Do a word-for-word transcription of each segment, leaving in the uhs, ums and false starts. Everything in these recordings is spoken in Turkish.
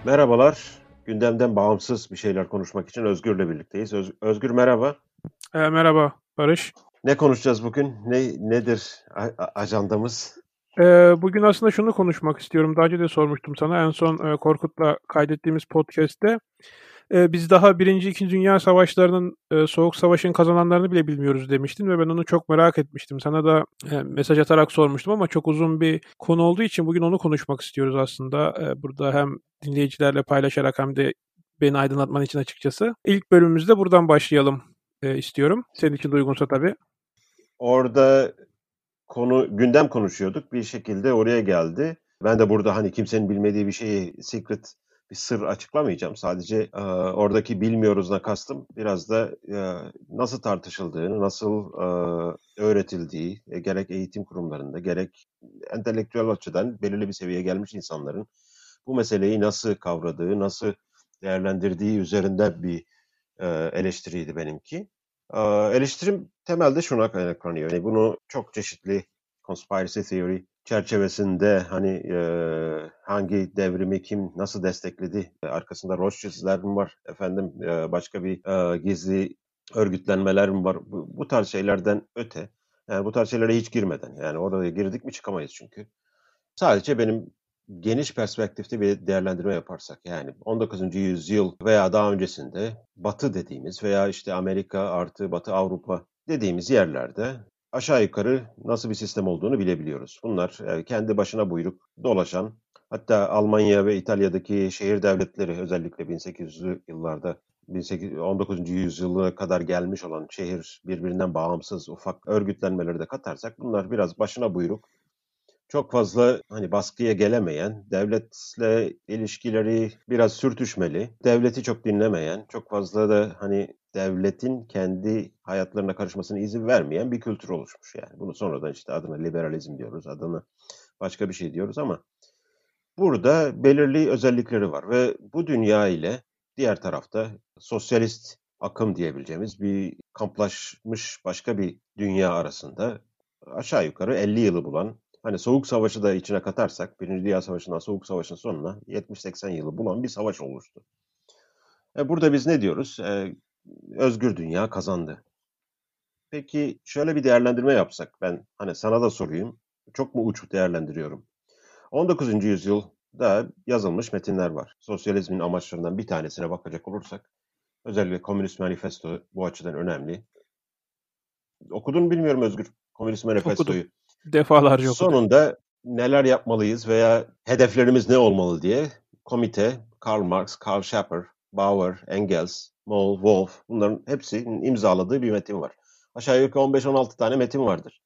Merhabalar. Gündemden bağımsız bir şeyler konuşmak için Özgür'le birlikteyiz. Öz- Özgür merhaba. E, merhaba Barış. Ne konuşacağız bugün? Ne nedir a- a- ajandamız? E, bugün aslında şunu konuşmak istiyorum. Daha önce de sormuştum sana. En son e, Korkut'la kaydettiğimiz podcast'te e, biz daha Birinci, İkinci Dünya Savaşları'nın, e, Soğuk Savaş'ın kazananlarını bile bilmiyoruz demiştin ve ben onu çok merak etmiştim. Sana da e, mesaj atarak sormuştum ama çok uzun bir konu olduğu için bugün onu konuşmak istiyoruz aslında. E, burada hem dinleyicilerle paylaşarak hem de beni aydınlatman için açıkçası. İlk bölümümüzde buradan başlayalım e, istiyorum. Senin için de uygunsa tabii. Orada konu gündem konuşuyorduk. Bir şekilde oraya geldi. Ben de burada hani kimsenin bilmediği bir şeyi secret bir sır açıklamayacağım. Sadece e, oradaki bilmiyoruzla kastım biraz da e, nasıl tartışıldığını, nasıl e, öğretildiği, e, gerek eğitim kurumlarında gerek entelektüel açıdan belirli bir seviyeye gelmiş insanların bu meseleyi nasıl kavradığı, nasıl değerlendirdiği üzerinde bir e, eleştiriydi benimki. E, eleştirim temelde şuna kaynaklanıyor. Yani bunu çok çeşitli conspiracy theory çerçevesinde hani e, hangi devrimi kim nasıl destekledi, e, arkasında Rothschild'ler mi var, efendim e, başka bir e, gizli örgütlenmeler mi var, bu, bu tarz şeylerden öte, yani bu tarz şeylere hiç girmeden, yani oraya girdik mi çıkamayız çünkü. Sadece benim geniş perspektifte bir değerlendirme yaparsak, yani on dokuzuncu yüzyıl veya daha öncesinde Batı dediğimiz veya işte Amerika artı Batı Avrupa dediğimiz yerlerde aşağı yukarı nasıl bir sistem olduğunu bilebiliyoruz. Bunlar e, kendi başına buyruk dolaşan, hatta Almanya ve İtalya'daki şehir devletleri özellikle bin sekiz yüzlü yıllarda on dokuzuncu yüzyıla kadar gelmiş olan şehir birbirinden bağımsız ufak örgütlenmeleri de katarsak bunlar biraz başına buyruk, çok fazla hani baskıya gelemeyen, devletle ilişkileri biraz sürtüşmeli, devleti çok dinlemeyen, çok fazla da hani devletin kendi hayatlarına karışmasına izin vermeyen bir kültür oluşmuş yani. Bunu sonradan işte adına liberalizm diyoruz, adına başka bir şey diyoruz ama burada belirli özellikleri var ve bu dünya ile diğer tarafta sosyalist akım diyebileceğimiz bir kamplaşmış başka bir dünya arasında aşağı yukarı elli yılı bulan, hani Soğuk Savaşı da içine katarsak Birinci Dünya Savaşı'ndan Soğuk Savaş'ın sonuna yetmiş seksen yılı bulan bir savaş oluştu. E burada biz ne diyoruz? E, özgür dünya kazandı. Peki şöyle bir değerlendirme yapsak, ben hani sana da sorayım. Çok mu uç değerlendiriyorum? on dokuzuncu yüzyılda yazılmış metinler var. Sosyalizmin amaçlarından bir tanesine bakacak olursak, özellikle Komünist Manifesto bu açıdan önemli. Okudun mu bilmiyorum Özgür, Komünist Okudum. Manifesto'yu. Defalarca okudum. Sonunda neler yapmalıyız veya hedeflerimiz ne olmalı diye komite, Karl Marx, Karl Schapper, Bauer, Engels, Moll, Wolf, bunların hepsinin imzaladığı bir metin var. Aşağı yukarı on beş on altı tane metin vardır.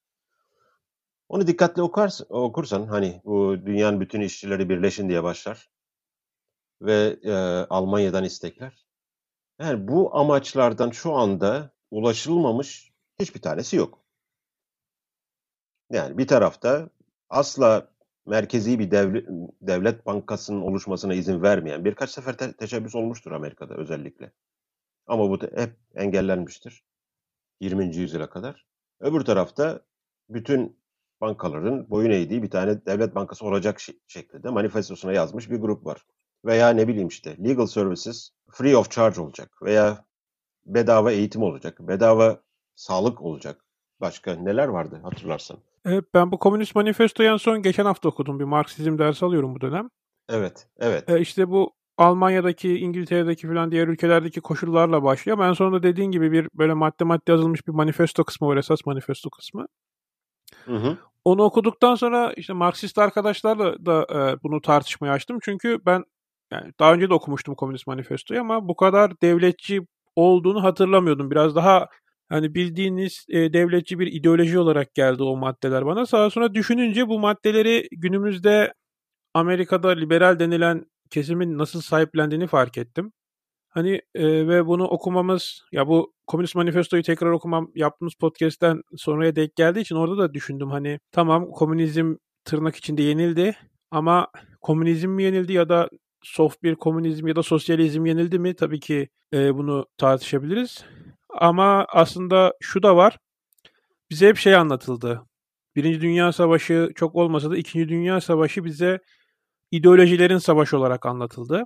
Onu dikkatli okursan, okursan hani bu dünyanın bütün işçileri birleşin diye başlar ve e, Almanya'dan istekler. Yani bu amaçlardan şu anda ulaşılmamış hiçbir tanesi yok. Yani bir tarafta asla merkezi bir devlet, devlet bankasının oluşmasına izin vermeyen birkaç sefer te- teşebbüs olmuştur Amerika'da özellikle. Ama bu hep engellenmiştir yirminci yüzyıla kadar. Öbür tarafta bütün bankaların boyun eğdiği bir tane devlet bankası olacak şeklinde manifestosuna yazmış bir grup var. Veya ne bileyim işte legal services free of charge olacak veya bedava eğitim olacak, bedava sağlık olacak. Başka neler vardı hatırlarsan? Evet, ben bu Komünist Manifesto'yu en son geçen hafta okudum. Bir Marksizm dersi alıyorum bu dönem. Evet, evet. E, işte bu Almanya'daki, İngiltere'deki falan diğer ülkelerdeki koşullarla başlıyor. Ama en sonunda dediğin gibi bir böyle madde madde yazılmış bir manifesto kısmı var, esas manifesto kısmı. Hı hı. Onu okuduktan sonra işte Marksist arkadaşlarla da e, bunu tartışmaya açtım. Çünkü ben yani daha önce de okumuştum Komünist Manifesto'yu ama bu kadar devletçi olduğunu hatırlamıyordum. Biraz daha hani bildiğiniz e, devletçi bir ideoloji olarak geldi o maddeler bana. Sağa sonra düşününce bu maddeleri günümüzde Amerika'da liberal denilen kesimin nasıl sahiplendiğini fark ettim. Hani e, ve bunu okumamız, ya bu Komünist Manifesto'yu tekrar okumam yaptığımız podcast'ten sonraya denk geldiği için orada da düşündüm, hani tamam komünizm tırnak içinde yenildi ama komünizm mi yenildi ya da soft bir komünizm ya da sosyalizm yenildi mi? Tabii ki e, bunu tartışabiliriz. Ama aslında şu da var. Bize hep şey anlatıldı. Birinci Dünya Savaşı çok olmasa da İkinci Dünya Savaşı bize ideolojilerin savaşı olarak anlatıldı.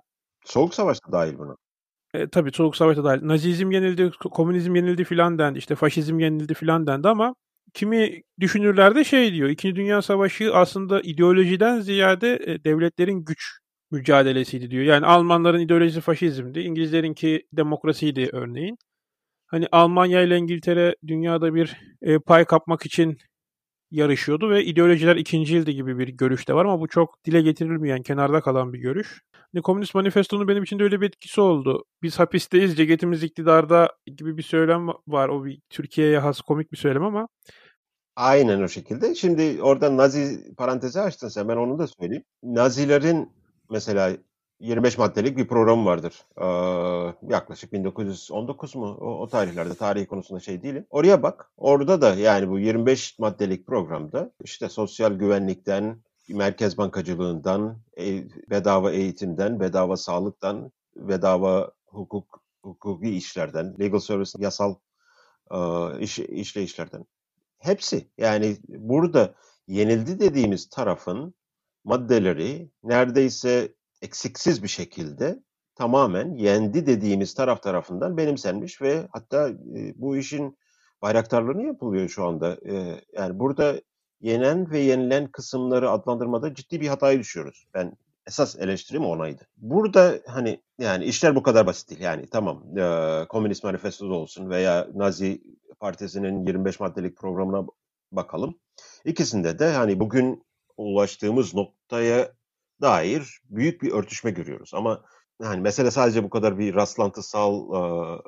Soğuk Savaş da dahil buna. E, tabii Soğuk Savaş'ta dahil. Nazizm yenildi, komünizm yenildi filan dendi, işte faşizm yenildi filan dendi ama kimi düşünürler de şey diyor, İkinci Dünya Savaşı aslında ideolojiden ziyade e, devletlerin güç mücadelesiydi diyor. Yani Almanların ideolojisi faşizmdi, İngilizlerinki demokrasiydi örneğin. Hani Almanya ile İngiltere dünyada bir e, pay kapmak için yarışıyordu ve ideolojiler ikincildi gibi bir görüş de var ama bu çok dile getirilmeyen, kenarda kalan bir görüş. Hani Komünist Manifesto'nun benim için de öyle bir etkisi oldu. Biz hapisteyiz, ceketimiz iktidarda gibi bir söylem var. O bir Türkiye'ye has komik bir söylem ama Aynen o şekilde. Şimdi orada Nazi parantezi açtın sen. Ben onu da söyleyeyim. Nazilerin mesela yirmi beş maddelik bir programı vardır. Ee, yaklaşık bin dokuz yüz on dokuz mu? O, o tarihlerde tarih konusunda şey değilim. Oraya bak. Orada da yani bu yirmi beş maddelik programda işte sosyal güvenlikten, merkez bankacılığından, e, bedava eğitimden, bedava sağlıktan, bedava hukuk hukuki işlerden, legal service yasal e, iş, işleyişlerden hepsi. Yani burada yenildi dediğimiz tarafın maddeleri neredeyse eksiksiz bir şekilde tamamen yendi dediğimiz taraf tarafından benimsenmiş ve hatta e, bu işin bayraktarlığını yapılıyor şu anda. E, yani burada yenen ve yenilen kısımları adlandırmada ciddi bir hataya düşüyoruz. Ben esas eleştirim onaydı. Burada hani yani işler bu kadar basit değil. Yani tamam e, Komünist Manifestosu olsun veya Nazi Partisi'nin yirmi beş maddelik programına bakalım. İkisinde de hani bugün ulaştığımız noktaya dair büyük bir örtüşme görüyoruz. Ama hani mesele sadece bu kadar bir rastlantısal e,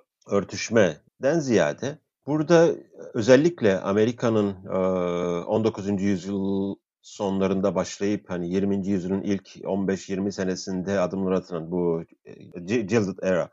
örtüşmeden ziyade burada özellikle Amerika'nın e, on dokuzuncu yüzyıl sonlarında başlayıp hani yirminci yüzyılın ilk on beş yirmi senesinde adımlar atılan bu e, Gilded Era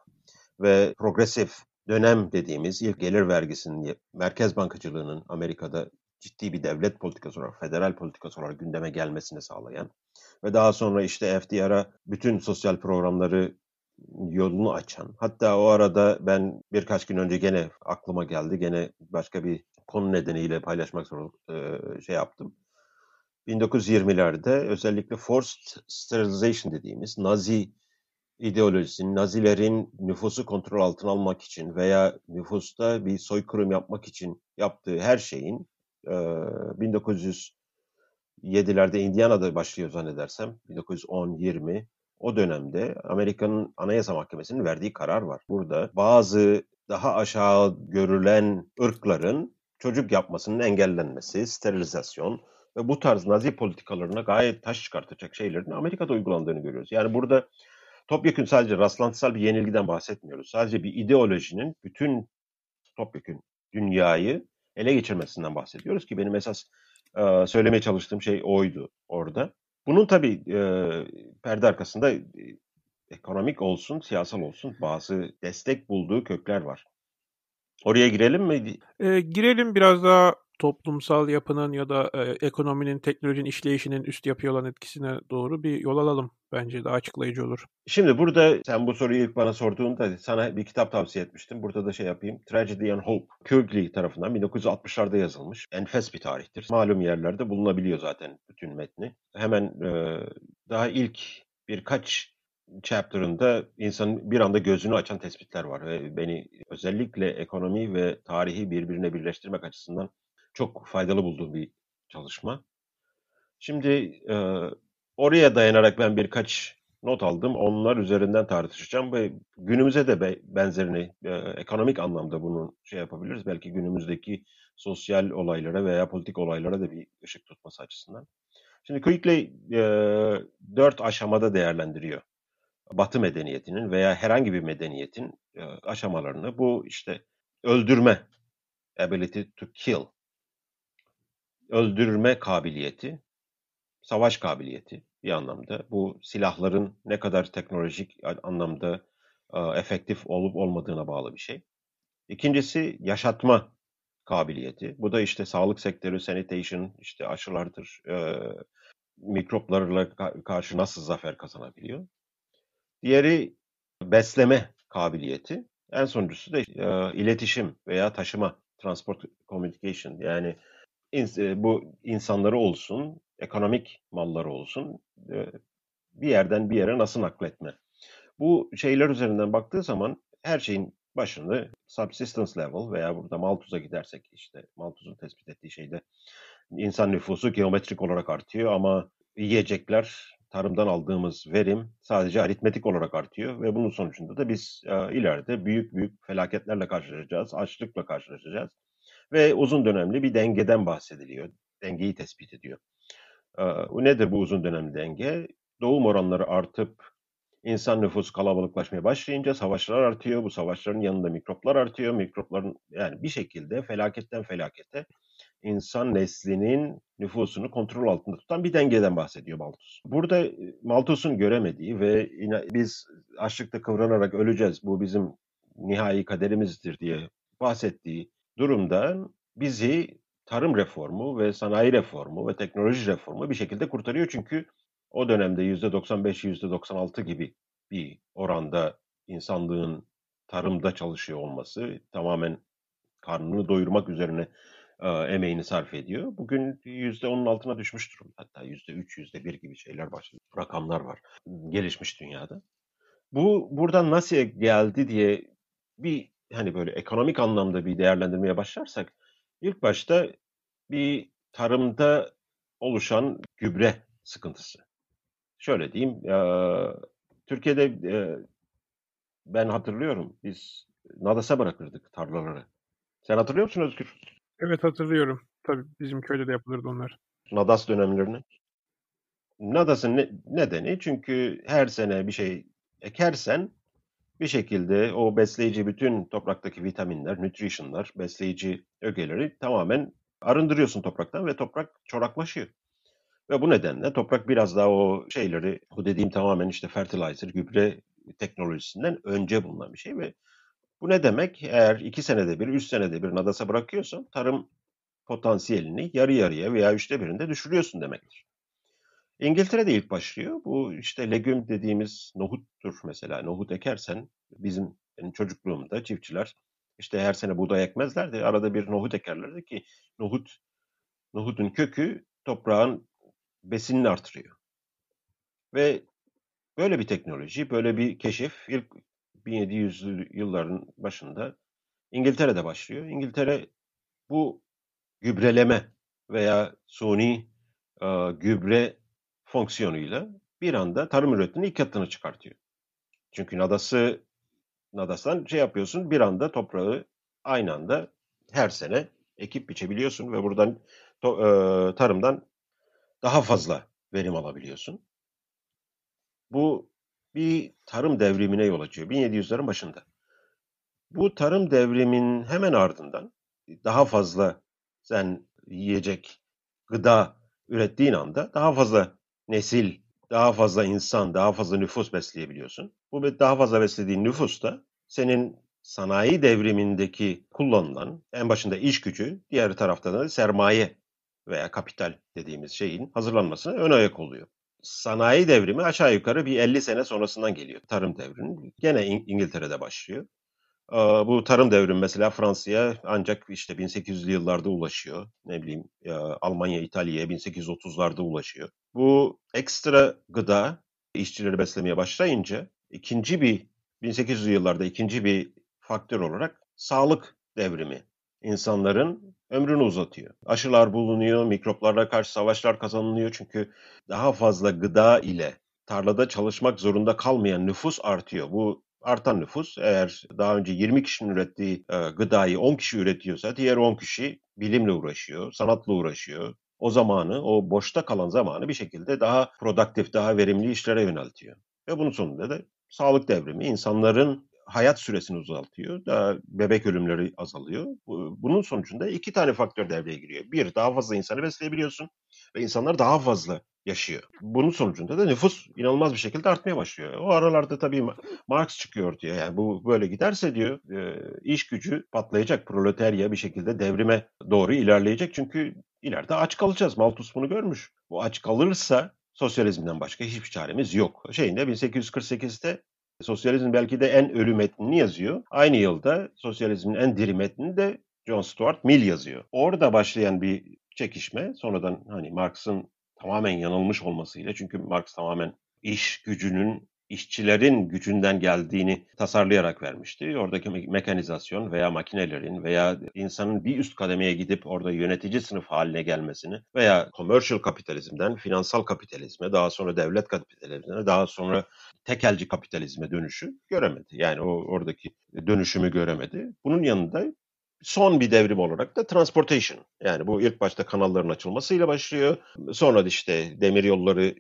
ve progresif dönem dediğimiz ilk gelir vergisinin, merkez bankacılığının Amerika'da ciddi bir devlet politikası olarak, federal politikası olarak gündeme gelmesini sağlayan ve daha sonra işte F D R'a bütün sosyal programları yolunu açan. Hatta o arada ben birkaç gün önce gene aklıma geldi. Gene başka bir konu nedeniyle paylaşmak zorunda şey yaptım. bin dokuz yüz yirmilerde özellikle forced sterilization dediğimiz Nazi ideolojisinin Nazilerin nüfusu kontrol altına almak için veya nüfusta bir soykırım yapmak için yaptığı her şeyin e, bin dokuz yüz yedilerde Indiana'da başlıyor zannedersem. bin dokuz yüz on yirmi o dönemde Amerika'nın Anayasa Mahkemesi'nin verdiği karar var. Burada bazı daha aşağı görülen ırkların çocuk yapmasının engellenmesi, sterilizasyon ve bu tarz Nazi politikalarına gayet taş çıkartacak şeylerin Amerika'da uygulandığını görüyoruz. Yani burada topyekün sadece rastlantısal bir yenilgiden bahsetmiyoruz. Sadece bir ideolojinin bütün topyekün dünyayı ele geçirmesinden bahsediyoruz ki benim esas e, söylemeye çalıştığım şey oydu orada. Bunun tabii e, perde arkasında e, ekonomik olsun, siyasal olsun bazı destek bulduğu kökler var. Oraya girelim mi? e, girelim biraz daha toplumsal yapının ya da e, ekonominin, teknolojinin işleyişinin üst yapıya olan etkisine doğru bir yol alalım. Bence daha açıklayıcı olur. Şimdi burada sen bu soruyu ilk bana sorduğunda sana bir kitap tavsiye etmiştim. Burada da şey yapayım. Tragedy and Hope. Kürgli tarafından bin dokuz yüz altmışlarda yazılmış. Enfes bir tarihtir. Malum yerlerde bulunabiliyor zaten bütün metni. Hemen e, daha ilk birkaç chapter'ında insanın bir anda gözünü açan tespitler var. Ve beni özellikle ekonomi ve tarihi birbirine birleştirmek açısından çok faydalı bulduğum bir çalışma. Şimdi e, oraya dayanarak ben birkaç not aldım. Onlar üzerinden tartışacağım ve günümüze de be- benzerini e, ekonomik anlamda bunu şey yapabiliriz. Belki günümüzdeki sosyal olaylara veya politik olaylara da bir ışık tutması açısından. Şimdi Quigley e, dört aşamada değerlendiriyor. Batı medeniyetinin veya herhangi bir medeniyetin e, aşamalarını. Bu işte öldürme, ability to kill, öldürme kabiliyeti, savaş kabiliyeti bir anlamda. Bu silahların ne kadar teknolojik anlamda e, efektif olup olmadığına bağlı bir şey. İkincisi yaşatma kabiliyeti. Bu da işte sağlık sektörü, sanitation, işte aşılardır, e, mikroplarla ka- karşı nasıl zafer kazanabiliyor. Diğeri besleme kabiliyeti. En sonuncusu da e, iletişim veya taşıma, transport communication. Yani ins- e, bu insanları olsun, ekonomik malları olsun, e, bir yerden bir yere nasıl nakletme. Bu şeyler üzerinden baktığı zaman her şeyin başını subsistence level veya burada Malthus'a gidersek işte Malthus'un tespit ettiği şeyde insan nüfusu geometrik olarak artıyor ama yiyecekler, tarımdan aldığımız verim sadece aritmetik olarak artıyor ve bunun sonucunda da biz e, ileride büyük büyük felaketlerle karşılaşacağız, açlıkla karşılaşacağız ve uzun dönemli bir dengeden bahsediliyor. Dengeyi tespit ediyor. E, nedir bu uzun dönemli denge? Doğum oranları artıp İnsan nüfusu kalabalıklaşmaya başlayınca savaşlar artıyor. Bu savaşların yanında mikroplar artıyor. Mikropların yani bir şekilde felaketten felakete insan neslinin nüfusunu kontrol altında tutan bir dengeden bahsediyor Malthus. Burada e, Malthus'un göremediği ve yine biz açlıkta kıvranarak öleceğiz, bu bizim nihai kaderimizdir diye bahsettiği durumda bizi tarım reformu ve sanayi reformu ve teknoloji reformu bir şekilde kurtarıyor. Çünkü o dönemde yüzde doksan beş, yüzde doksan altı gibi bir oranda insanlığın tarımda çalışıyor olması, tamamen karnını doyurmak üzerine e, emeğini sarf ediyor. Bugün yüzde onun altına düşmüş durumda. Hatta yüzde üç, yüzde bir gibi şeyler başladı. Rakamlar var gelişmiş dünyada. Bu buradan nasıl geldi diye bir hani böyle ekonomik anlamda bir değerlendirmeye başlarsak ilk başta bir tarımda oluşan gübre sıkıntısı. Şöyle diyeyim, e, Türkiye'de e, ben hatırlıyorum biz Nadas'a bırakırdık tarlaları. Sen hatırlıyor musun Özgür? Evet, hatırlıyorum. Tabii bizim köyde de yapılırdı onlar. Nadas dönemlerini. Nadas'ın ne- nedeni çünkü her sene bir şey ekersen bir şekilde o besleyici bütün topraktaki vitaminler, nutrition'lar, besleyici ögeleri tamamen arındırıyorsun topraktan ve toprak çoraklaşıyor. Ve bu nedenle toprak biraz daha o şeyleri, bu dediğim tamamen işte fertilizer, gübre teknolojisinden önce bulunan bir şey ve bu ne demek? Eğer iki senede bir, üç senede bir nadasa bırakıyorsan tarım potansiyelini yarı yarıya veya üçte birinde düşürüyorsun demektir. İngiltere'de ilk başlıyor. Bu işte legüm dediğimiz nohuttur mesela. Nohut ekersen bizim benim çocukluğumda çiftçiler işte her sene buğday ekmezlerdi. Arada bir nohut ekerlerdi ki nohut nohutun kökü toprağın besinini artırıyor. Ve böyle bir teknoloji, böyle bir keşif ilk bin yedi yüzlü yılların başında İngiltere'de başlıyor. İngiltere bu gübreleme veya suni e, gübre fonksiyonuyla bir anda tarım üretiminin ilk katını çıkartıyor. Çünkü nadası nadastan şey yapıyorsun, bir anda toprağı aynı anda her sene ekip biçebiliyorsun ve buradan to, e, tarımdan daha fazla verim alabiliyorsun. Bu bir tarım devrimine yol açıyor bin yedi yüzlerin başında. Bu tarım devriminin hemen ardından daha fazla sen yiyecek, gıda ürettiğin anda daha fazla nesil, daha fazla insan, daha fazla nüfus besleyebiliyorsun. Bu daha fazla beslediğin nüfus da senin sanayi devrimindeki kullanılan en başında iş gücü, diğer taraftan da sermaye veya kapital dediğimiz şeyin hazırlanmasına ön ayak oluyor. Sanayi devrimi aşağı yukarı bir elli sene sonrasından geliyor tarım devrinin. Gene İngiltere'de başlıyor. Bu tarım devrimi mesela Fransa'ya ancak işte bin sekiz yüzlü yıllarda ulaşıyor. Ne bileyim Almanya, İtalya'ya bin sekiz yüz otuzlarda ulaşıyor. Bu ekstra gıda işçileri beslemeye başlayınca ikinci bir bin sekiz yüzlü yıllarda ikinci bir faktör olarak sağlık devrimi insanların ömrünü uzatıyor. Aşılar bulunuyor, mikroplarla karşı savaşlar kazanılıyor çünkü daha fazla gıda ile tarlada çalışmak zorunda kalmayan nüfus artıyor. Bu artan nüfus eğer daha önce yirmi kişinin ürettiği e, gıdayı on kişi üretiyorsa diğer on kişi bilimle uğraşıyor, sanatla uğraşıyor. O zamanı, o boşta kalan zamanı bir şekilde daha produktif, daha verimli işlere yöneltiyor. Ve bunun sonunda da sağlık devrimi insanların hayat süresini uzaltıyor. Daha bebek ölümleri azalıyor. Bunun sonucunda iki tane faktör devreye giriyor. Bir, daha fazla insanı besleyebiliyorsun ve insanlar daha fazla yaşıyor. Bunun sonucunda da nüfus inanılmaz bir şekilde artmaya başlıyor. O aralarda tabii Marx çıkıyor diyor. Yani bu böyle giderse diyor iş gücü patlayacak. Proletarya bir şekilde devrime doğru ilerleyecek. Çünkü ileride aç kalacağız. Malthus bunu görmüş. Bu aç kalırsa sosyalizmden başka hiçbir çaremiz yok. Şeyinde bin sekiz yüz kırk sekizde sosyalizm belki de en ölü metnini yazıyor. Aynı yılda sosyalizmin en diri metnini de John Stuart Mill yazıyor. Orada başlayan bir çekişme sonradan hani Marx'ın tamamen yanılmış olmasıyla çünkü Marx tamamen iş gücünün işçilerin gücünden geldiğini tasarlayarak vermişti. Oradaki me- mekanizasyon veya makinelerin veya insanın bir üst kademeye gidip orada yönetici sınıf haline gelmesini veya commercial kapitalizmden finansal kapitalizme, daha sonra devlet kapitalizmine, daha sonra tekelci kapitalizme dönüşü göremedi. Yani o oradaki dönüşümü göremedi. Bunun yanında son bir devrim olarak da transportation. Yani bu ilk başta kanalların açılmasıyla başlıyor. Sonra da işte demir yolları,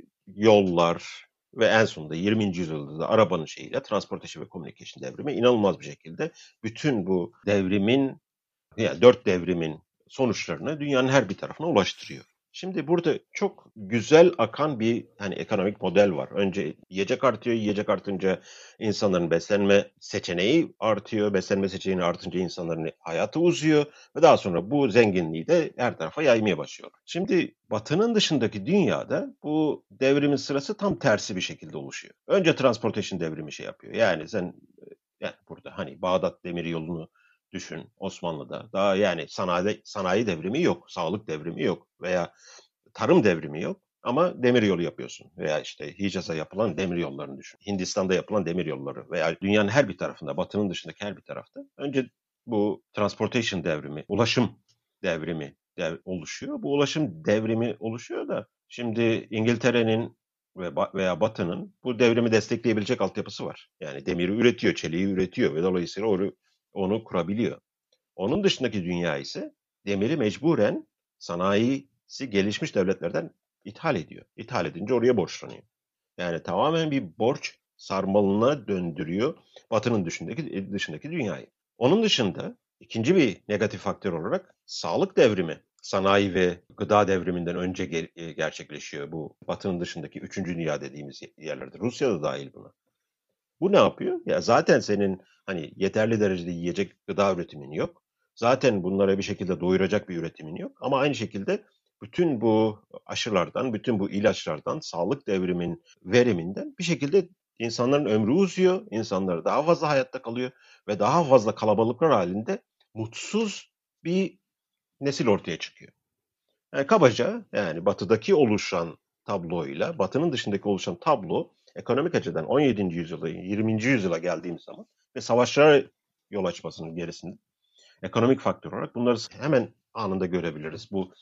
yollar ve en sonunda yirminci yüzyılda da arabanın şeyiyle transportation ve communication devrimi inanılmaz bir şekilde bütün bu devrimin, yani dört devrimin sonuçlarını dünyanın her bir tarafına ulaştırıyor. Şimdi burada çok güzel akan bir hani ekonomik model var. Önce yiyecek artıyor, yiyecek artınca insanların beslenme seçeneği artıyor, beslenme seçeneği artınca insanların hayatı uzuyor ve daha sonra bu zenginliği de her tarafa yaymaya başlıyor. Şimdi Batı'nın dışındaki dünyada bu devrimin sırası tam tersi bir şekilde oluşuyor. Önce transportation devrimi şey yapıyor. Yani sen yani burada hani Bağdat Demiryolu'nu düşün Osmanlı'da. Daha yani sanayi, sanayi devrimi yok, sağlık devrimi yok veya tarım devrimi yok. Ama demiryolu yapıyorsun veya işte Hicaz'a yapılan demiryollarını düşün. Hindistan'da yapılan demiryolları veya dünyanın her bir tarafında, batının dışındaki her bir tarafta. Önce bu transportation devrimi, ulaşım devrimi dev oluşuyor. Bu ulaşım devrimi oluşuyor da şimdi İngiltere'nin ve veya Batı'nın bu devrimi destekleyebilecek altyapısı var. Yani demiri üretiyor, çeliği üretiyor ve dolayısıyla onu, onu kurabiliyor. Onun dışındaki dünya ise demiri mecburen sanayisi gelişmiş devletlerden ithal ediyor. İthal edince oraya borçlanıyor. Yani tamamen bir borç sarmalına döndürüyor Batı'nın dışındaki, dışındaki dünyayı. Onun dışında ikinci bir negatif faktör olarak sağlık devrimi, sanayi ve gıda devriminden önce ger- gerçekleşiyor bu Batı'nın dışındaki üçüncü dünya dediğimiz yerlerde. Rusya da dahil buna. Bu ne yapıyor? Ya zaten senin hani yeterli derecede yiyecek gıda üretimin yok. Zaten bunlara bir şekilde doyuracak bir üretimin yok. Ama aynı şekilde bütün bu aşılardan, bütün bu ilaçlardan, sağlık devrimin veriminden bir şekilde insanların ömrü uzuyor, insanlar daha fazla hayatta kalıyor ve daha fazla kalabalıklar halinde mutsuz bir nesil ortaya çıkıyor. Yani kabaca yani batıdaki oluşan tabloyla batının dışındaki oluşan tablo ekonomik açıdan on yedinci yüzyıla, yirminci yüzyıla geldiğimiz zaman ve savaşlara yol açmasının gerisinde ekonomik faktör olarak bunları hemen anında görebiliriz. Bu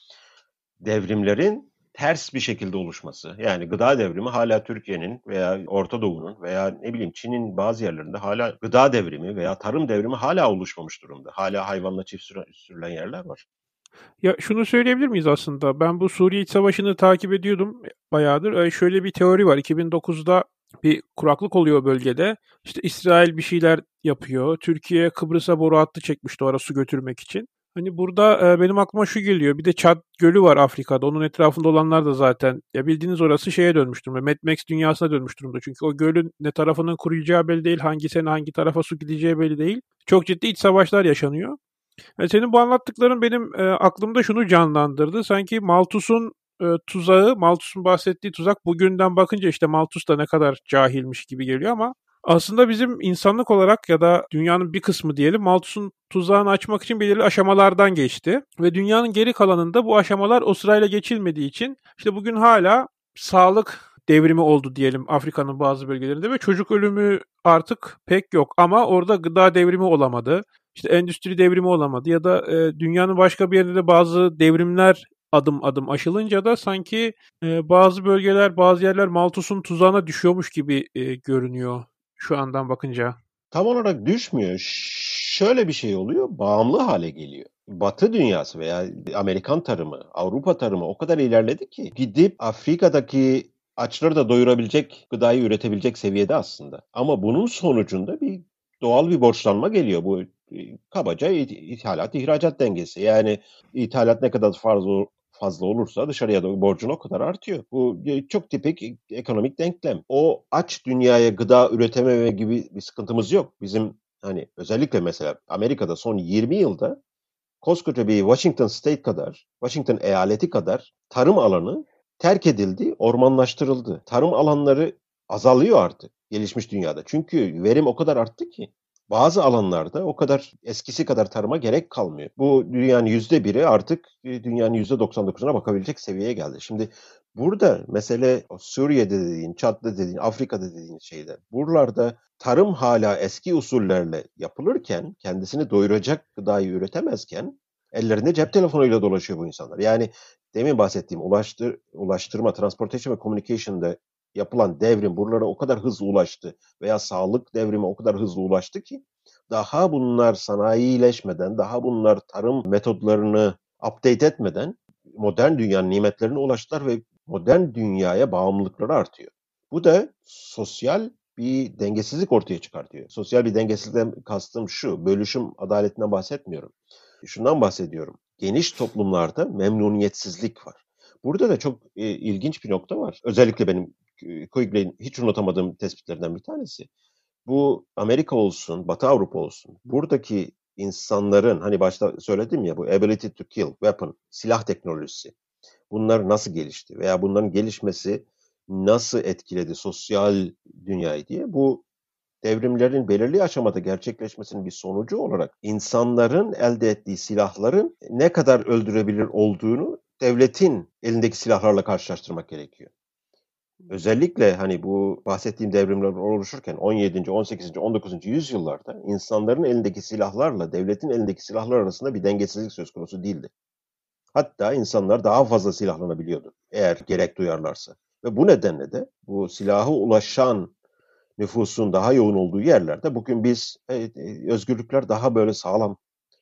devrimlerin ters bir şekilde oluşması. Yani gıda devrimi hala Türkiye'nin veya Orta Doğu'nun veya ne bileyim Çin'in bazı yerlerinde hala gıda devrimi veya tarım devrimi hala oluşmamış durumda. Hala hayvanla çift sürülen yerler var. Ya şunu söyleyebilir miyiz aslında? Ben bu Suriye İç Savaşı'nı takip ediyordum bayağıdır. Ee, şöyle bir teori var. iki bin dokuzda bir kuraklık oluyor bölgede. İşte İsrail bir şeyler yapıyor. Türkiye Kıbrıs'a boru hattı çekmişti o ara su götürmek için. Hani burada e, benim aklıma şu geliyor. Bir de Çad Gölü var Afrika'da. Onun etrafında olanlar da zaten ya bildiğiniz orası şeye dönmüş durumda. Mad Max dünyasına dönmüş durumda. Çünkü o gölün ne tarafının kuruyacağı belli değil. Hangi sene hangi tarafa su gideceği belli değil. Çok ciddi iç savaşlar yaşanıyor. E, senin bu anlattıkların benim e, aklımda şunu canlandırdı. Sanki Malthus'un e, tuzağı, Malthus'un bahsettiği tuzak bugünden bakınca işte Malthus da ne kadar cahilmiş gibi geliyor ama aslında bizim insanlık olarak ya da dünyanın bir kısmı diyelim Malthus'un tuzağını açmak için belirli aşamalardan geçti. Ve dünyanın geri kalanında bu aşamalar o sırayla geçilmediği için işte bugün hala sağlık devrimi oldu diyelim Afrika'nın bazı bölgelerinde ve çocuk ölümü artık pek yok ama orada gıda devrimi olamadı. İşte endüstri devrimi olamadı ya da e, dünyanın başka bir yerinde de bazı devrimler adım adım aşılınca da sanki e, bazı bölgeler, bazı yerler Malthus'un tuzağına düşüyormuş gibi e, görünüyor şu andan bakınca. Tam olarak düşmüyor. Şöyle bir şey oluyor, bağımlı hale geliyor. Batı dünyası veya Amerikan tarımı, Avrupa tarımı o kadar ilerledi ki gidip Afrika'daki açları da doyurabilecek, gıdayı üretebilecek seviyede aslında. Ama bunun sonucunda bir doğal bir borçlanma geliyor. Bu e, kabaca ithalat ihracat dengesi. Yani ithalat ne kadar fazla fazla olursa dışarıya da borcun o kadar artıyor. Bu e, çok tipik ekonomik denklem. O aç dünyaya gıda üretememe gibi bir sıkıntımız yok. Bizim hani özellikle mesela Amerika'da son yirmi yılda koskoca bir Washington State kadar, Washington eyaleti kadar tarım alanı terk edildi, ormanlaştırıldı. Tarım alanları azalıyor artık gelişmiş dünyada. Çünkü verim o kadar arttı ki bazı alanlarda o kadar eskisi kadar tarıma gerek kalmıyor. Bu dünyanın yüzde biri artık dünyanın yüzde doksan dokuzuna bakabilecek seviyeye geldi. Şimdi Burada mesele Suriye'de dediğin, Çad'da dediğin, Afrika'da dediğin şeyler. Buralarda tarım hala eski usullerle yapılırken, kendisini doyuracak gıdayı üretemezken ellerinde cep telefonuyla dolaşıyor bu insanlar. Yani demin bahsettiğim ulaştır, ulaştırma, transportation ve communication'da yapılan devrim buralara o kadar hızlı ulaştı veya sağlık devrimi o kadar hızlı ulaştı ki daha bunlar sanayileşmeden, daha bunlar tarım metodlarını update etmeden modern dünyanın nimetlerine ulaştılar ve modern dünyaya bağımlılıkları artıyor. Bu da sosyal bir dengesizlik ortaya çıkartıyor. Sosyal bir dengesizlikten kastım şu, bölüşüm adaletinden bahsetmiyorum. Şundan bahsediyorum. Geniş toplumlarda memnuniyetsizlik var. Burada da çok e, ilginç bir nokta var. Özellikle benim e, Quigley'in hiç unutamadığım tespitlerinden bir tanesi. Bu Amerika olsun, Batı Avrupa olsun. Buradaki insanların hani başta söyledim ya bu ability to kill, weapon, silah teknolojisi. Bunlar nasıl gelişti veya bunların gelişmesi nasıl etkiledi sosyal dünyayı diye bu devrimlerin belirli aşamada gerçekleşmesinin bir sonucu olarak insanların elde ettiği silahların ne kadar öldürebilir olduğunu devletin elindeki silahlarla karşılaştırmak gerekiyor. Özellikle hani bu bahsettiğim devrimler oluşurken on yedinci, on sekizinci, on dokuzuncu yüzyıllarda insanların elindeki silahlarla devletin elindeki silahlar arasında bir dengesizlik söz konusu değildi. Hatta insanlar daha fazla silahlanabiliyordu eğer gerek duyarlarsa. Ve bu nedenle de bu silaha ulaşan nüfusun daha yoğun olduğu yerlerde bugün biz e, e, özgürlükler daha böyle sağlam,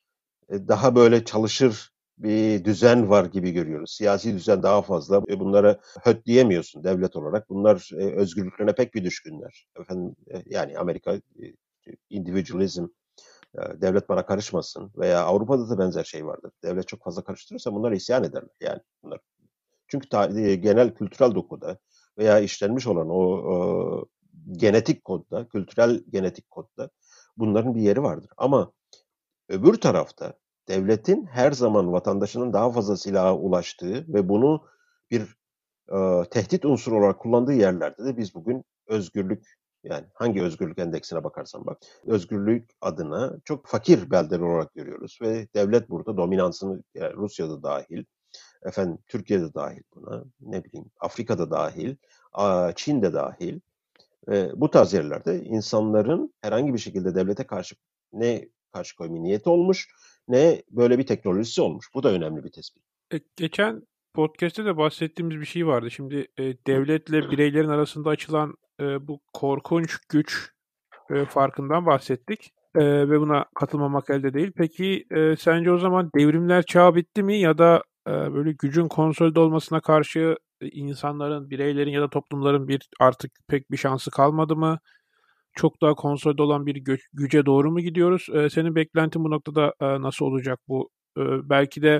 e, daha böyle çalışır bir düzen var gibi görüyoruz. Siyasi düzen daha fazla. E, bunlara höt diyemiyorsun devlet olarak. Bunlar e, özgürlüklerine pek bir düşkünler. Efendim, e, yani Amerika e, individualizm, e, devlet bana karışmasın veya Avrupa'da da benzer şey vardır. Devlet çok fazla karıştırırsa bunlar isyan ederler. Yani bunlar. Çünkü ta- e, genel kültürel dokuda veya işlenmiş olan o, o genetik kodda, kültürel genetik kodda bunların bir yeri vardır. Ama öbür tarafta devletin her zaman vatandaşının daha fazla silaha ulaştığı ve bunu bir e, tehdit unsuru olarak kullandığı yerlerde de biz bugün özgürlük yani hangi özgürlük endeksine bakarsan bak özgürlük adına çok fakir beldeler olarak görüyoruz ve devlet burada dominansını yani Rusya'da dahil efendim Türkiye'de dahil buna ne bileyim Afrika'da dahil Çin'de dahil e, bu tarz yerlerde insanların herhangi bir şekilde devlete karşı ne karşı koyma niyeti olmuş ne böyle bir teknolojisi olmuş. Bu da önemli bir tespit. E, geçen podcast'te de bahsettiğimiz bir şey vardı. Şimdi e, devletle bireylerin arasında açılan e, bu korkunç güç e, farkından bahsettik. E, ve buna katılmamak elde değil. Peki e, sence o zaman devrimler çağı bitti mi ya da e, böyle gücün konsolide olmasına karşı e, insanların, bireylerin ya da toplumların bir artık pek bir şansı kalmadı mı? Çok daha konsolide olan bir gö- güce doğru mu gidiyoruz? E, senin beklentin bu noktada e, nasıl olacak bu? E, belki de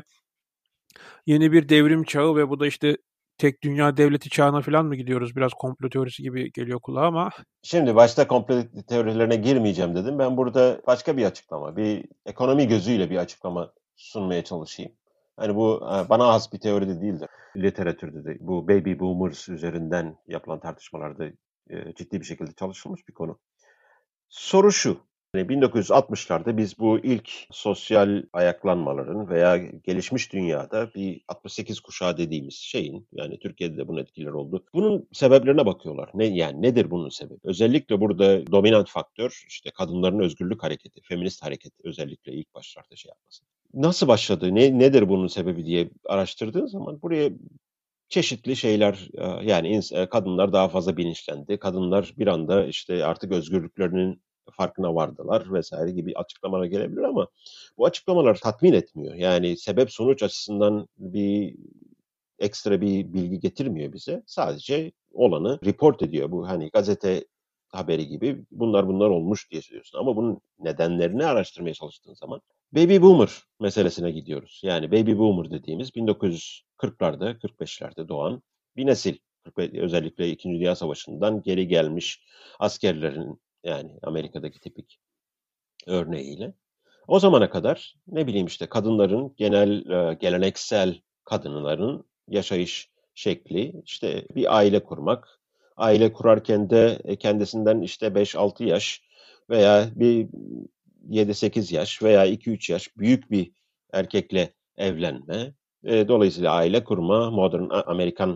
yeni bir devrim çağı ve bu da işte tek dünya devleti çağına falan mı gidiyoruz? Biraz komplo teorisi gibi geliyor kulağa ama Şimdi başta komplo teorilerine girmeyeceğim dedim. Ben burada başka bir açıklama, bir ekonomi gözüyle bir açıklama sunmaya çalışayım. Hani bu e, bana has bir teori de değildir. Literatürde de bu baby boomers üzerinden yapılan tartışmalarda e, ciddi bir şekilde çalışılmış bir konu. Soru şu. Yani bin dokuz yüz altmışlarda biz bu ilk sosyal ayaklanmaların veya gelişmiş dünyada bir altmış sekiz kuşağı dediğimiz şeyin yani Türkiye'de de bunun etkileri oldu. Bunun sebeplerine bakıyorlar. Ne yani nedir bunun sebebi? Özellikle burada dominant faktör işte kadınların özgürlük hareketi, feminist hareket özellikle ilk başlarda şey yapması. Nasıl başladı? Ne nedir bunun sebebi diye araştırdığın zaman buraya çeşitli şeyler yani kadınlar daha fazla bilinçlendi. Kadınlar bir anda işte artık özgürlüklerinin farkına vardılar vesaire gibi açıklamalar gelebilir ama bu açıklamalar tatmin etmiyor. Yani sebep sonuç açısından bir ekstra bir bilgi getirmiyor bize. Sadece olanı report ediyor. Bu hani gazete haberi gibi bunlar bunlar olmuş diye söylüyorsun. Ama bunun nedenlerini araştırmaya çalıştığın zaman baby boomer meselesine gidiyoruz. Yani baby boomer dediğimiz bin dokuz yüz kırklarda, kırk beşlerde doğan bir nesil. Özellikle İkinci Dünya Savaşı'ndan geri gelmiş askerlerin yani Amerika'daki tipik örneğiyle. O zamana kadar ne bileyim işte kadınların genel geleneksel kadınların yaşayış şekli işte bir aile kurmak. Aile kurarken de kendisinden işte beş altı yaş veya bir yedi sekiz yaş veya iki üç yaş büyük bir erkekle evlenme. Dolayısıyla aile kurma, modern Amerikan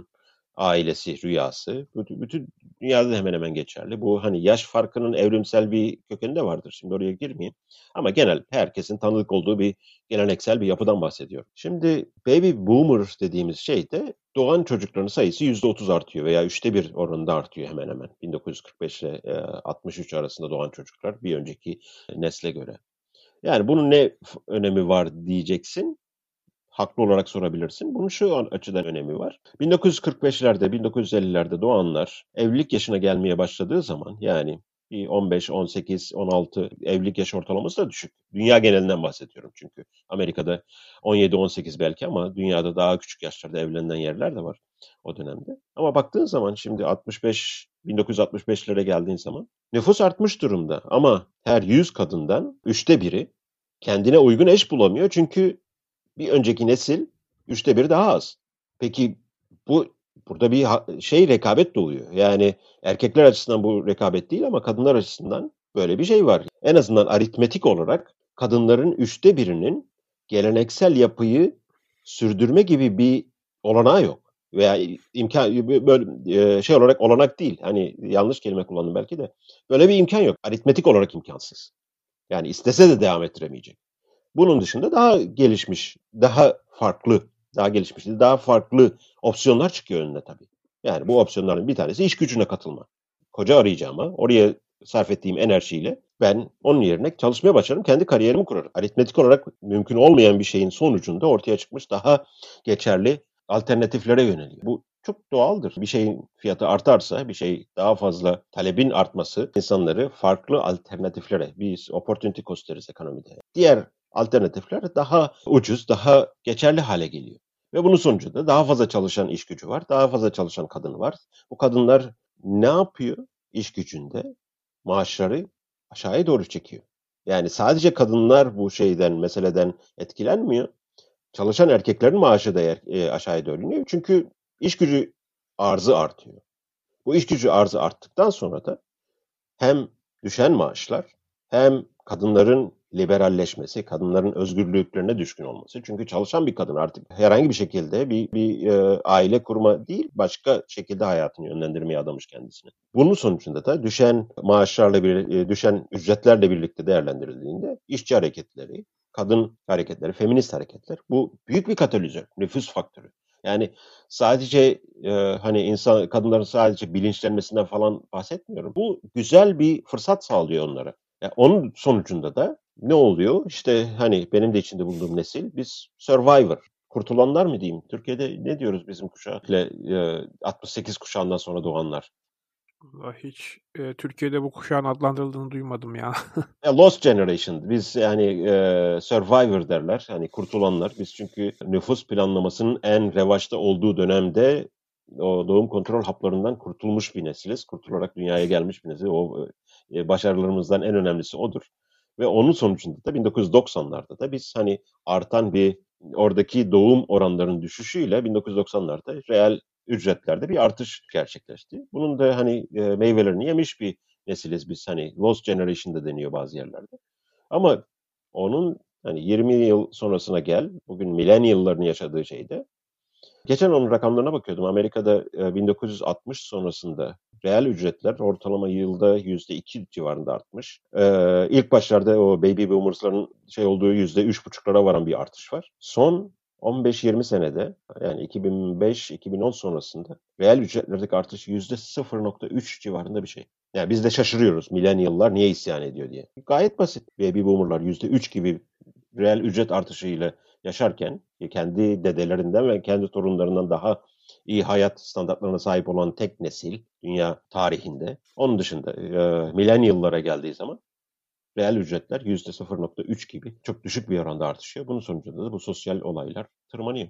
ailesi rüyası. Bütün, bütün dünyada da hemen hemen geçerli. Bu hani yaş farkının evrimsel bir kökeni de vardır. Şimdi oraya girmeyeyim. Ama genel herkesin tanıdık olduğu bir geleneksel bir yapıdan bahsediyorum. Şimdi baby boomer dediğimiz şey de doğan çocukların sayısı yüzde otuz artıyor veya üçte bir oranında artıyor hemen hemen. bin dokuz yüz kırk beş ile altmış üç arasında doğan çocuklar bir önceki nesle göre. Yani bunun ne önemi var diyeceksin. Haklı olarak sorabilirsin. Bunun şu an açıdan önemi var. bin dokuz yüz kırk beşlerde, bin dokuz yüz ellilerde doğanlar evlilik yaşına gelmeye başladığı zaman yani bir on beş, on sekiz, on altı evlilik yaş ortalaması da düşük. Dünya genelinden bahsediyorum çünkü. Amerika'da on yedi, on sekiz belki ama dünyada daha küçük yaşlarda evlenen yerler de var o dönemde. Ama baktığın zaman şimdi altmış beş, bin dokuz yüz altmış beşlere geldiğin zaman nüfus artmış durumda ama her yüz kadından üçte biri kendine uygun eş bulamıyor çünkü bir önceki nesil üçte bir daha az. Peki bu burada bir şey rekabet doğuyor. Yani erkekler açısından bu rekabet değil ama kadınlar açısından böyle bir şey var. En azından aritmetik olarak kadınların üçte birinin geleneksel yapıyı sürdürme gibi bir olanağı yok. Veya imkan böyle şey olarak olanak değil. Hani yanlış kelime kullandım belki de. Böyle bir imkan yok. Aritmetik olarak imkansız. Yani istese de devam ettiremeyecek. Bunun dışında daha gelişmiş, daha farklı, daha gelişmiş, daha farklı opsiyonlar çıkıyor önüne tabii. Yani bu opsiyonların bir tanesi iş gücüne katılma. Koca arayacağıma, oraya sarf ettiğim enerjiyle ben onun yerine çalışmaya başlarım, kendi kariyerimi kurarım. Aritmetik olarak mümkün olmayan bir şeyin sonucunda ortaya çıkmış daha geçerli alternatiflere yöneliyor. Bu çok doğaldır. Bir şeyin fiyatı artarsa, bir şey daha fazla talebin artması insanları farklı alternatiflere, bir opportunity cost deriz ekonomide. Diğer alternatifler daha ucuz, daha geçerli hale geliyor. Ve bunun sonucunda daha fazla çalışan iş gücü var, daha fazla çalışan kadın var. Bu kadınlar ne yapıyor iş gücünde? Maaşları aşağıya doğru çekiyor. Yani sadece kadınlar bu şeyden, meseleden etkilenmiyor. Çalışan erkeklerin maaşı da e, aşağıya doğru iniyor. Çünkü iş gücü arzı artıyor. Bu iş gücü arzı arttıktan sonra da hem düşen maaşlar hem kadınların liberalleşmesi, kadınların özgürlüklerine düşkün olması. Çünkü çalışan bir kadın artık herhangi bir şekilde bir, bir e, aile kurma değil, başka şekilde hayatını yönlendirmeye adamış kendisini. Bunun sonucunda da düşen maaşlarla bir, e, düşen ücretlerle birlikte değerlendirildiğinde işçi hareketleri, kadın hareketleri, feminist hareketler bu büyük bir katalizör, nüfus faktörü. Yani sadece e, hani insan kadınların sadece bilinçlenmesinden falan bahsetmiyorum. Bu güzel bir fırsat sağlıyor onlara. Yani onun sonucunda da ne oluyor? İşte hani benim de içinde bulunduğum nesil biz survivor. Kurtulanlar mı diyeyim? Türkiye'de ne diyoruz bizim kuşağı? E, altmış sekiz kuşağından sonra doğanlar. Vallahi hiç e, Türkiye'de bu kuşağın adlandırıldığını duymadım ya. A Lost Generation. Biz yani e, Survivor derler. Hani kurtulanlar. Biz çünkü nüfus planlamasının en revaçta olduğu dönemde o doğum kontrol haplarından kurtulmuş bir nesiliz. Kurtularak dünyaya gelmiş bir nesil. O e, başarılarımızdan en önemlisi odur. Ve onun sonucunda da bin dokuz yüz doksanlarda da biz hani artan bir oradaki doğum oranlarının düşüşüyle bin dokuz yüz doksanlarda reel ücretlerde bir artış gerçekleşti. Bunun da hani e, meyvelerini yemiş bir nesiliz biz. Hani Lost Generation da deniyor bazı yerlerde. Ama onun hani yirmi yıl sonrasına gel, bugün millennial'ların yaşadığı şeyde. Geçen onun rakamlarına bakıyordum. Amerika'da e, bin dokuz yüz altmış sonrasında reel ücretler ortalama yılda yüzde iki civarında artmış. Ee, ilk başlarda o baby boomers'ların şey olduğu yüzde üç buçuklara varan bir artış var. Son on beş yirmi senede yani iki bin beş iki bin on sonrasında reel ücretlerdeki artış yüzde sıfır nokta üç civarında bir şey. Yani biz de şaşırıyoruz millennial'lar niye isyan ediyor diye. Gayet basit. Baby boomer'lar yüzde üç gibi reel ücret artışıyla yaşarken kendi dedelerinden ve kendi torunlarından daha iyi hayat standartlarına sahip olan tek nesil dünya tarihinde. Onun dışında e, millennial'lara geldiği zaman reel ücretler yüzde sıfır nokta üç gibi çok düşük bir oranda artışıyor. Bunun sonucunda da bu sosyal olaylar tırmanıyor.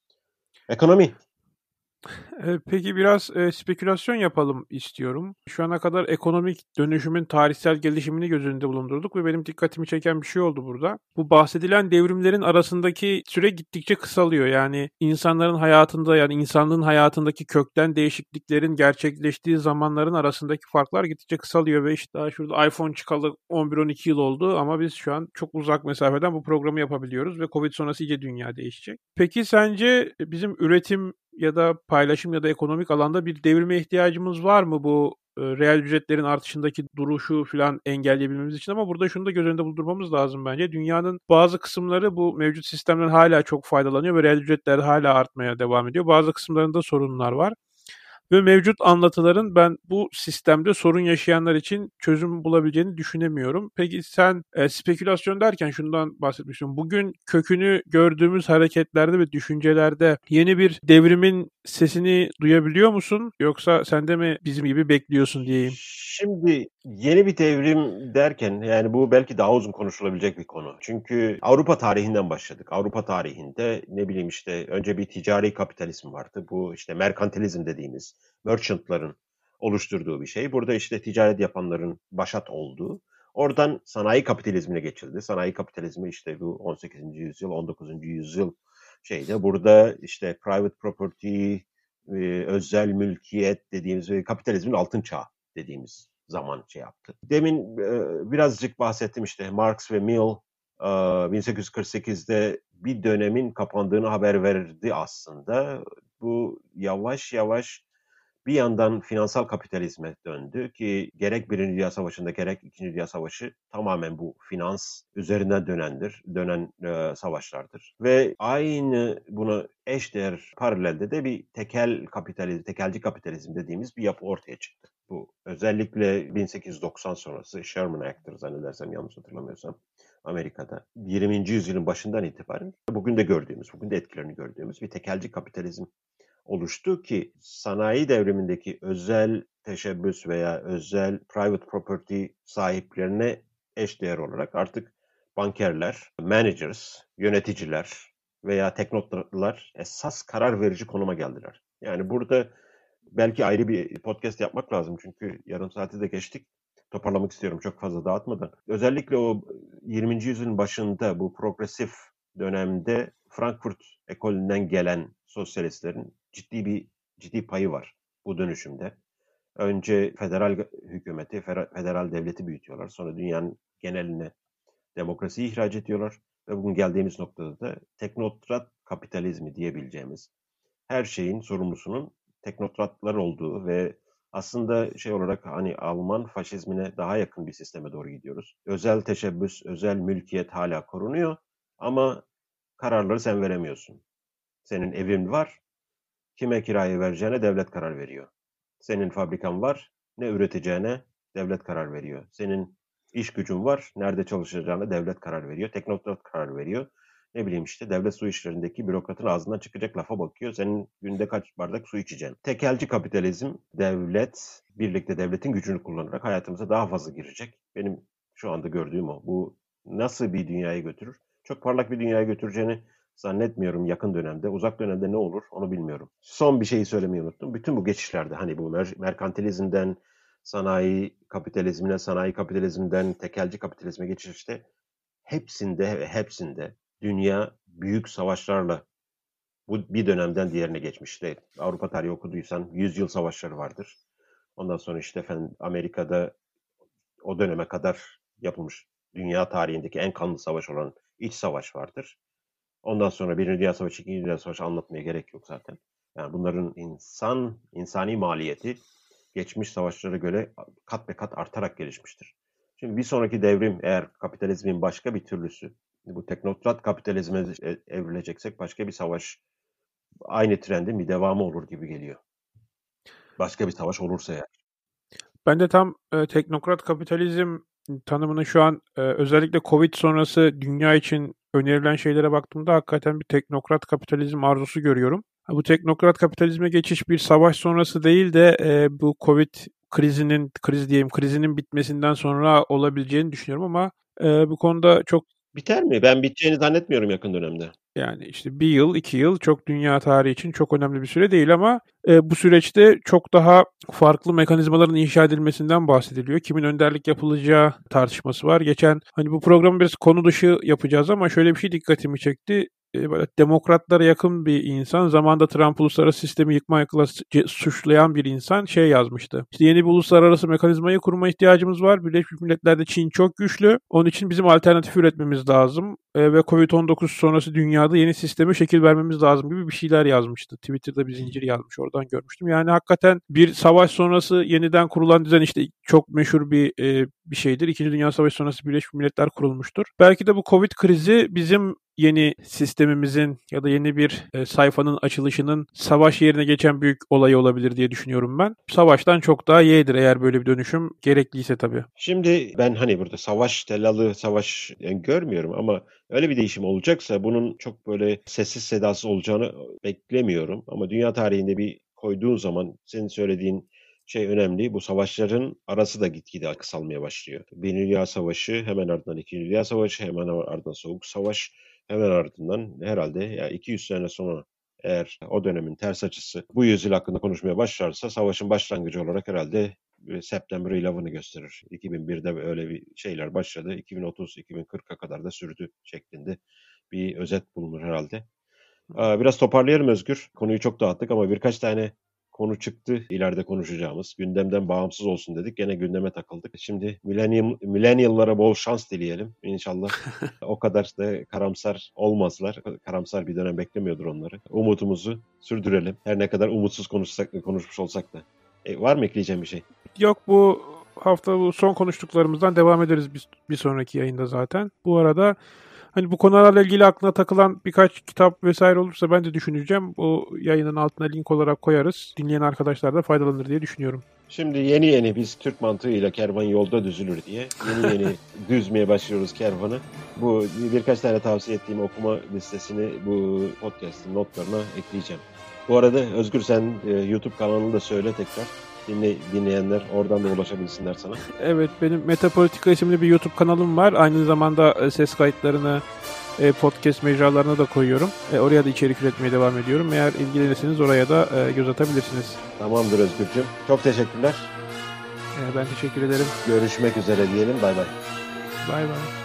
Ekonomi. E, Peki biraz e, spekülasyon yapalım istiyorum. Şu ana kadar ekonomik dönüşümün tarihsel gelişimini göz önünde bulundurduk ve benim dikkatimi çeken bir şey oldu burada. Bu bahsedilen devrimlerin arasındaki süre gittikçe kısalıyor. Yani insanların hayatında yani insanlığın hayatındaki kökten değişikliklerin gerçekleştiği zamanların arasındaki farklar gittikçe kısalıyor ve işte daha şurada iPhone çıkalı on bir on iki yıl oldu ama biz şu an çok uzak mesafeden bu programı yapabiliyoruz ve Covid sonrası iyice dünya değişecek. Peki sence bizim üretim ya da paylaşım ya da ekonomik alanda bir devrime ihtiyacımız var mı bu e, reel ücretlerin artışındaki duruşu falan engelleyebilmemiz için? Ama burada şunu da göz önünde bulundurmamız lazım bence. Dünyanın bazı kısımları bu mevcut sistemden hala çok faydalanıyor ve reel ücretler hala artmaya devam ediyor. Bazı kısımlarında sorunlar var. Ve mevcut anlatıların ben bu sistemde sorun yaşayanlar için çözüm bulabileceğini düşünemiyorum. Peki sen e, spekülasyon derken şundan bahsetmiştim. Bugün kökünü gördüğümüz hareketlerde ve düşüncelerde yeni bir devrimin sesini duyabiliyor musun? Yoksa sen de mi bizim gibi bekliyorsun diyeyim? Şimdi yeni bir devrim derken yani bu belki daha uzun konuşulabilecek bir konu. Çünkü Avrupa tarihinden başladık. Avrupa tarihinde ne bileyim işte önce bir ticari kapitalizm vardı. Bu işte merkantilizm dediğimiz merchantların oluşturduğu bir şey. Burada işte ticaret yapanların başat olduğu. Oradan sanayi kapitalizmine geçildi. Sanayi kapitalizmi işte bu on sekizinci yüzyıl, on dokuzuncu yüzyıl şeyde. Burada işte private property, e, özel mülkiyet dediğimiz ve kapitalizmin altın çağı dediğimiz zaman şey yaptı. Demin e, birazcık bahsettim işte Marx ve Mill e, bin sekiz yüz kırk sekizde bir dönemin kapandığını haber verdi aslında. Bu yavaş yavaş bir yandan finansal kapitalizme döndü ki gerek Birinci Dünya Savaşı'nda gerek İkinci Dünya Savaşı tamamen bu finans üzerinden dönendir, dönen e, savaşlardır. Ve aynı buna eşdeğer paralelde de bir tekel kapitalizm, tekelci kapitalizm dediğimiz bir yapı ortaya çıktı. Bu özellikle bin sekiz yüz doksan sonrası Sherman Act'tir zannedersem yanlış hatırlamıyorsam Amerika'da yirminci yüzyılın başından itibaren bugün de gördüğümüz, bugün de etkilerini gördüğümüz bir tekelci kapitalizm oluştu ki sanayi devrimindeki özel teşebbüs veya özel private property sahiplerine eşdeğer olarak artık bankerler, managers, yöneticiler veya teknokratlar esas karar verici konuma geldiler. Yani burada belki ayrı bir podcast yapmak lazım çünkü yarım saati de geçtik. Toparlamak istiyorum çok fazla dağıtmadan. Özellikle o yirminci yüzyılın başında bu progresif dönemde Frankfurt ekolünden gelen sosyalistlerin ciddi bir ciddi payı var bu dönüşümde. Önce federal hükümeti, federal devleti büyütüyorlar. Sonra dünyanın geneline demokrasiyi ihraç ediyorlar. Ve bugün geldiğimiz noktada da teknokrat kapitalizmi diyebileceğimiz her şeyin sorumlusunun teknokratlar olduğu ve aslında şey olarak hani Alman faşizmine daha yakın bir sisteme doğru gidiyoruz. Özel teşebbüs, özel mülkiyet hala korunuyor ama kararları sen veremiyorsun. Senin evin var, kime kiraya vereceğine devlet karar veriyor. Senin fabrikan var, ne üreteceğine devlet karar veriyor. Senin iş gücün var, nerede çalışacağına devlet karar veriyor. Teknokrat karar veriyor. Ne bileyim işte devlet su işlerindeki bürokratın ağzından çıkacak lafa bakıyor. Senin günde kaç bardak su içeceksin. Tekelci kapitalizm, devlet, birlikte devletin gücünü kullanarak hayatımıza daha fazla girecek. Benim şu anda gördüğüm o. Bu nasıl bir dünyaya götürür? Çok parlak bir dünyaya götüreceğini zannetmiyorum yakın dönemde. Uzak dönemde ne olur onu bilmiyorum. Son bir şeyi söylemeyi unuttum. Bütün bu geçişlerde hani bu mer- merkantilizmden sanayi kapitalizmine, sanayi kapitalizmden tekelci kapitalizme geçişte hepsinde ve hepsinde dünya büyük savaşlarla bu bir dönemden diğerine geçmişti. Avrupa tarihi okuduysan yüzyıl savaşları vardır. Ondan sonra işte efendim Amerika'da o döneme kadar yapılmış dünya tarihindeki en kanlı savaş olan iç savaş vardır. Ondan sonra Birinci Dünya Savaşı, İkinci Dünya Savaşı anlatmaya gerek yok zaten. Yani bunların insan, insani maliyeti geçmiş savaşlara göre kat be kat artarak gelişmiştir. Şimdi bir sonraki devrim eğer kapitalizmin başka bir türlüsü, bu teknokrat kapitalizme evrileceksek başka bir savaş aynı trendin bir devamı olur gibi geliyor. Başka bir savaş olursa eğer. Ben de tam e, teknokrat kapitalizm tanımını şu an e, özellikle Covid sonrası dünya için önerilen şeylere baktığımda hakikaten bir teknokrat kapitalizm arzusu görüyorum. Bu teknokrat kapitalizme geçiş bir savaş sonrası değil de e, bu Covid krizinin, kriz diyeyim, krizinin bitmesinden sonra olabileceğini düşünüyorum ama e, bu konuda çok Biter mi? Ben biteceğini zannetmiyorum yakın dönemde. yani işte bir yıl, iki yıl çok dünya tarihi için çok önemli bir süre değil ama e, bu süreçte çok daha farklı mekanizmaların inşa edilmesinden bahsediliyor. Kimin önderlik yapılacağı tartışması var. Geçen hani bu programı biraz konu dışı yapacağız ama şöyle bir şey dikkatimi çekti. e, böyle demokratlara yakın bir insan, zamanında Trump uluslararası sistemi yıkmakla suçlayan bir insan şey yazmıştı. İşte yeni bir uluslararası mekanizmayı kurma ihtiyacımız var. Birleşmiş Milletler'de Çin çok güçlü. Onun için bizim alternatif üretmemiz lazım. E, ve covid on dokuz sonrası dünyada yeni sisteme şekil vermemiz lazım gibi bir şeyler yazmıştı. Twitter'da bir zincir yazmış. Oradan görmüştüm. Yani hakikaten bir savaş sonrası yeniden kurulan düzen işte çok meşhur bir e, bir şeydir. İkinci Dünya Savaşı sonrası Birleşmiş Milletler kurulmuştur. Belki de bu Covid krizi bizim yeni sistemimizin ya da yeni bir e, sayfanın açılışının savaş yerine geçen büyük olayı olabilir diye düşünüyorum ben. Savaştan çok daha iyidir eğer böyle bir dönüşüm gerekliyse tabii. Şimdi ben hani burada savaş, tellalı savaş yani görmüyorum ama öyle bir değişim olacaksa bunun çok böyle sessiz sedasız olacağını beklemiyorum. Ama dünya tarihinde bir koyduğun zaman senin söylediğin şey önemli. Bu savaşların arası da gitgide kısalmaya başlıyor. Birinci Dünya Savaşı, hemen ardından İkinci Dünya Savaşı, hemen ardından Soğuk Savaş, hemen ardından herhalde ya iki yüz sene sonra eğer o dönemin ters açısı bu yüzyıl hakkında konuşmaya başlarsa savaşın başlangıcı olarak herhalde September onunu gösterir. iki bin birde öyle bir şeyler başladı. iki bin otuz iki bin kırka kadar da sürdü şeklinde bir özet bulunur herhalde. Biraz toparlayalım Özgür. Konuyu çok dağıttık ama birkaç tane konu çıktı ileride konuşacağımız. Gündemden bağımsız olsun dedik. Gene gündeme takıldık. Şimdi millennium, millennial'lara bol şans dileyelim. İnşallah o kadar da karamsar olmazlar. Karamsar bir dönem beklemiyordur onları. Umutumuzu sürdürelim. Her ne kadar umutsuz konuşsak, konuşmuş olsak da. E, var mı ekleyeceğim bir şey? Yok, bu hafta bu son konuştuklarımızdan devam ederiz bir, bir sonraki yayında zaten. Bu arada hani bu konularla ilgili aklına takılan birkaç kitap vesaire olursa ben de düşüneceğim. Bu yayının altına link olarak koyarız. Dinleyen arkadaşlar da faydalanır diye düşünüyorum. Şimdi yeni yeni biz Türk mantığıyla kervan yolda düzülür diye yeni yeni düzmeye başlıyoruz kervanı. Bu birkaç tane tavsiye ettiğim okuma listesini bu podcast'ın notlarına ekleyeceğim. Bu arada Özgür sen e, YouTube kanalını da söyle tekrar. Dinle, dinleyenler oradan da ulaşabilsinler sana. Evet, benim Metapolitika isimli bir YouTube kanalım var. Aynı zamanda ses kayıtlarını podcast mecralarına da koyuyorum. Oraya da içerik üretmeye devam ediyorum. Eğer ilgilenirseniz oraya da göz atabilirsiniz. Tamamdır Özgürcüğüm. Çok teşekkürler. Ben teşekkür ederim. Görüşmek üzere diyelim. Bay bay. Bay bay.